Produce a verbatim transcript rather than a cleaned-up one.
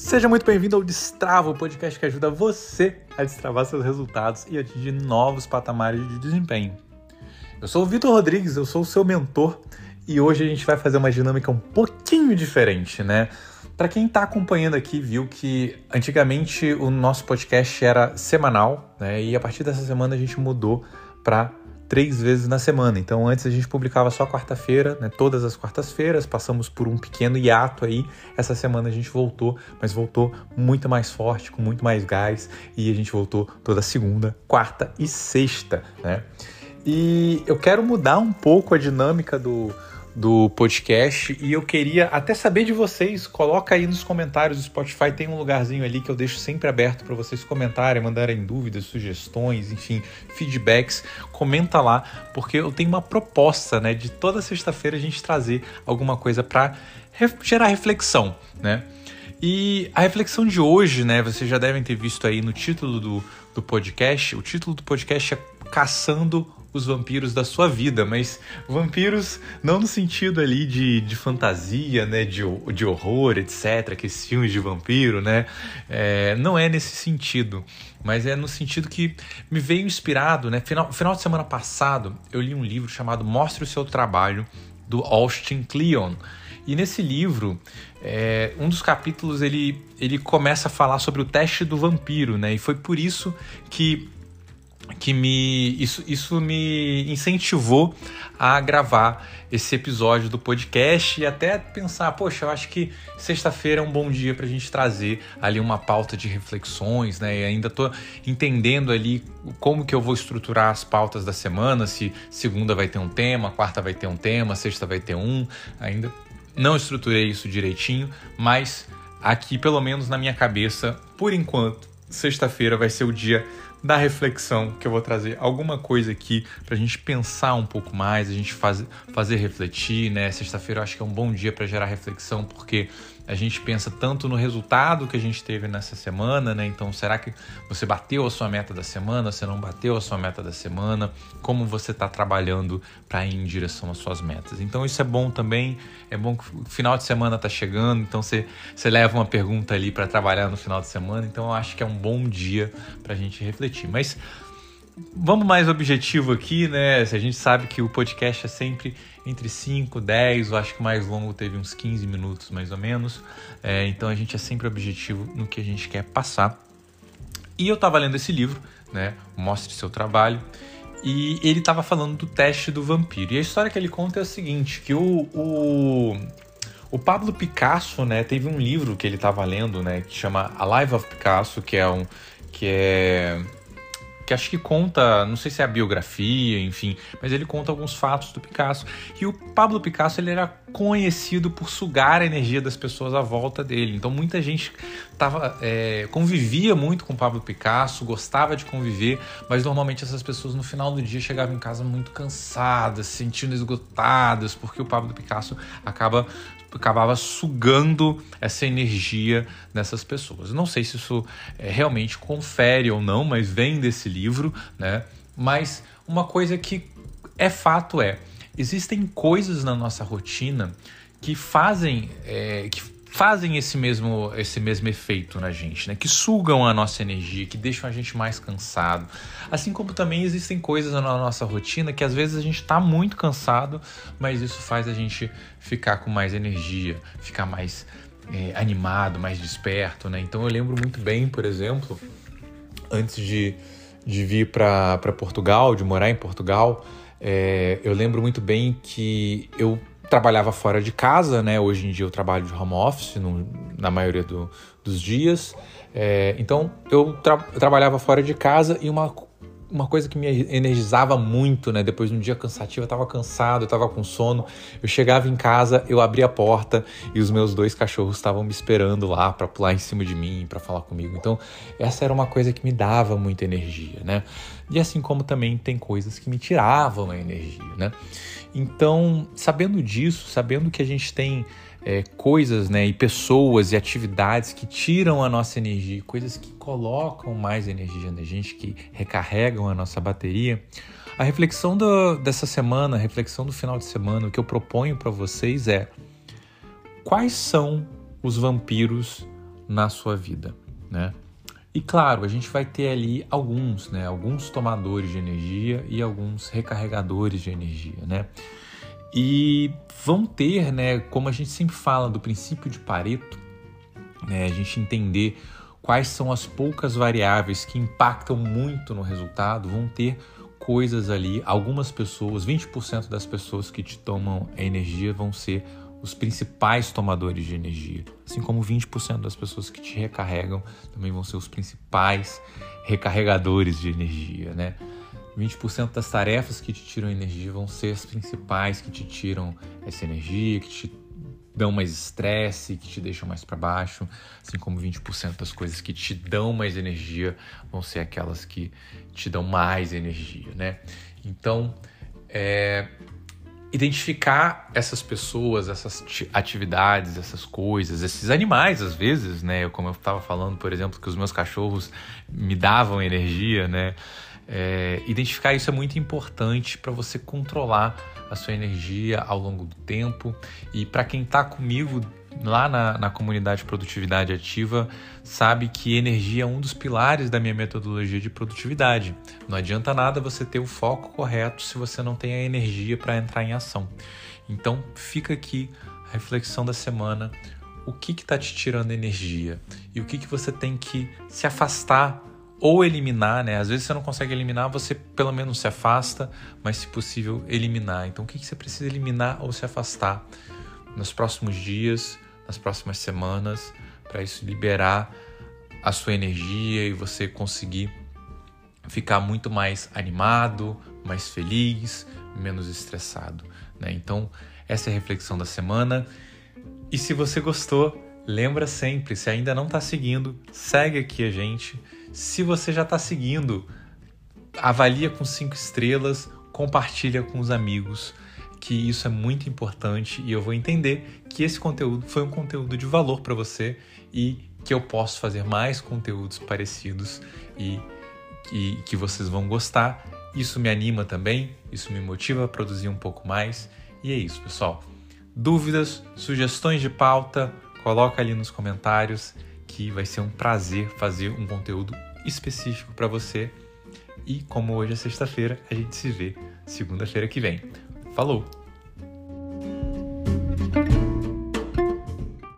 Seja muito bem-vindo ao Destrava, o podcast que ajuda você a destravar seus resultados e atingir novos patamares de desempenho. Eu sou o Vitor Rodrigues, eu sou o seu mentor e hoje a gente vai fazer uma dinâmica um pouquinho diferente, né? Para quem está acompanhando aqui, viu que antigamente o nosso podcast era semanal, né? E a partir dessa semana a gente mudou para três vezes na semana. Então antes a gente publicava só quarta-feira, né? Todas as quartas-feiras, passamos por um pequeno hiato aí. Essa semana a gente voltou, mas voltou muito mais forte, com muito mais gás, e a gente voltou toda segunda, quarta e sexta, né? E eu quero mudar um pouco a dinâmica do, do podcast e eu queria até saber de vocês. Coloca aí nos comentários do Spotify, tem um lugarzinho ali que eu deixo sempre aberto para vocês comentarem, mandarem dúvidas, sugestões, enfim, feedbacks. Comenta lá, porque eu tenho uma proposta, né, de toda sexta-feira a gente trazer alguma coisa para gerar reflexão, né? E a reflexão de hoje, né, vocês já devem ter visto aí no título do, do podcast. O título do podcast é Caçando os Vampiros da Sua Vida, mas vampiros não no sentido ali de, de fantasia, né, de, de horror, etcétera, aqueles filmes de vampiro, né, é, não é nesse sentido, mas é no sentido que me veio inspirado, né, final, final de semana passado eu li um livro chamado Mostre o Seu Trabalho, do Austin Kleon, e nesse livro, é, um dos capítulos ele, ele começa a falar sobre o teste do vampiro, né, e foi por isso que que me isso, isso me incentivou a gravar esse episódio do podcast e até pensar, poxa, eu acho que sexta-feira é um bom dia para a gente trazer ali uma pauta de reflexões, né? E ainda estou entendendo ali como que eu vou estruturar as pautas da semana, se segunda vai ter um tema, quarta vai ter um tema, sexta vai ter um, ainda não estruturei isso direitinho, mas aqui, pelo menos na minha cabeça, por enquanto, sexta-feira vai ser o dia da reflexão, que eu vou trazer alguma coisa aqui pra gente pensar um pouco mais, a gente faz, fazer refletir, né? Sexta-feira eu acho que é um bom dia para gerar reflexão, porque a gente pensa tanto no resultado que a gente teve nessa semana, né? Então, será que você bateu a sua meta da semana? Você não bateu a sua meta da semana? Como você está trabalhando para ir em direção às suas metas? Então, isso é bom também. É bom que o final de semana está chegando, então você, você leva uma pergunta ali para trabalhar no final de semana. Então, eu acho que é um bom dia para a gente refletir. Mas vamos mais objetivo aqui, né? A gente sabe que o podcast é sempre entre cinco, dez, eu acho que o mais longo teve uns quinze minutos mais ou menos. É, então a gente é sempre objetivo no que a gente quer passar. E eu estava lendo esse livro, né? Mostre Seu Trabalho. E ele estava falando do teste do vampiro. E a história que ele conta é a seguinte, que o, o, o Pablo Picasso, né, teve um livro que ele estava lendo, né, que chama A Life of Picasso, que é um... que é... que acho que conta, não sei se é a biografia, enfim, mas ele conta alguns fatos do Picasso. E o Pablo Picasso, ele era conhecido por sugar a energia das pessoas à volta dele. Então muita gente tava, é, convivia muito com o Pablo Picasso, gostava de conviver, mas normalmente essas pessoas no final do dia chegavam em casa muito cansadas, se sentindo esgotadas, porque o Pablo Picasso acaba acabava sugando essa energia nessas pessoas. Não sei se isso é, realmente confere ou não, mas vem desse livro, né? Mas uma coisa que é fato é, existem coisas na nossa rotina que fazem, é, que fazem esse mesmo, esse mesmo efeito na gente, né? Que sugam a nossa energia, que deixam a gente mais cansado. Assim como também existem coisas na nossa rotina que às vezes a gente está muito cansado, mas isso faz a gente ficar com mais energia, ficar mais é, animado, mais desperto, né? Então eu lembro muito bem, por exemplo, antes de, de vir para Portugal, de morar em Portugal, é, eu lembro muito bem que eu trabalhava fora de casa, né? Hoje em dia eu trabalho de home office no, na maioria do, dos dias. É, então eu, tra- eu trabalhava fora de casa e uma, uma coisa que me energizava muito, né? Depois de um dia cansativo, eu estava cansado, eu estava com sono. Eu chegava em casa, eu abria a porta e os meus dois cachorros estavam me esperando lá para pular em cima de mim, para falar comigo. Então essa era uma coisa que me dava muita energia, né? E assim como também tem coisas que me tiravam a energia, né? Então, sabendo disso, sabendo que a gente tem é, coisas, né, e pessoas e atividades que tiram a nossa energia, coisas que colocam mais energia na gente, que recarregam a nossa bateria, a reflexão do, dessa semana, a reflexão do final de semana, o que eu proponho para vocês é: quais são os vampiros na sua vida, né? E claro, a gente vai ter ali alguns, né? Alguns tomadores de energia e alguns recarregadores de energia, né? E vão ter, né? Como a gente sempre fala do princípio de Pareto, né? A gente entender quais são as poucas variáveis que impactam muito no resultado, vão ter coisas ali, algumas pessoas, vinte por cento das pessoas que te tomam a energia vão ser os principais tomadores de energia, assim como vinte por cento das pessoas que te recarregam também vão ser os principais recarregadores de energia, né? vinte por cento das tarefas que te tiram energia vão ser as principais que te tiram essa energia, que te dão mais estresse, que te deixam mais para baixo, assim como vinte por cento das coisas que te dão mais energia vão ser aquelas que te dão mais energia, né? Então, é... identificar essas pessoas, essas atividades, essas coisas, esses animais às vezes, né? Como eu estava falando, por exemplo, que os meus cachorros me davam energia, né? É, identificar isso é muito importante para você controlar a sua energia ao longo do tempo. E para quem está comigo lá na, na comunidade Produtividade Ativa, sabe que energia é um dos pilares da minha metodologia de produtividade. Não adianta nada você ter o foco correto se você não tem a energia para entrar em ação. Então fica aqui a reflexão da semana. O que está te tirando energia? E o que, que você tem que se afastar ou eliminar, né? Às vezes você não consegue eliminar, você pelo menos se afasta, mas se possível eliminar. Então o que, que você precisa eliminar ou se afastar nos próximos dias, nas próximas semanas, para isso liberar a sua energia e você conseguir ficar muito mais animado, mais feliz, menos estressado, né? Então essa é a reflexão da semana. E se você gostou, lembra sempre, se ainda não está seguindo, segue aqui a gente. Se você já está seguindo, avalia com cinco estrelas, compartilha com os amigos, que isso é muito importante e eu vou entender que esse conteúdo foi um conteúdo de valor para você e que eu posso fazer mais conteúdos parecidos e que, que vocês vão gostar. Isso me anima também, isso me motiva a produzir um pouco mais. E é isso, pessoal. Dúvidas, sugestões de pauta, coloca ali nos comentários que vai ser um prazer fazer um conteúdo específico para você. E como hoje é sexta-feira, a gente se vê segunda-feira que vem. Falou!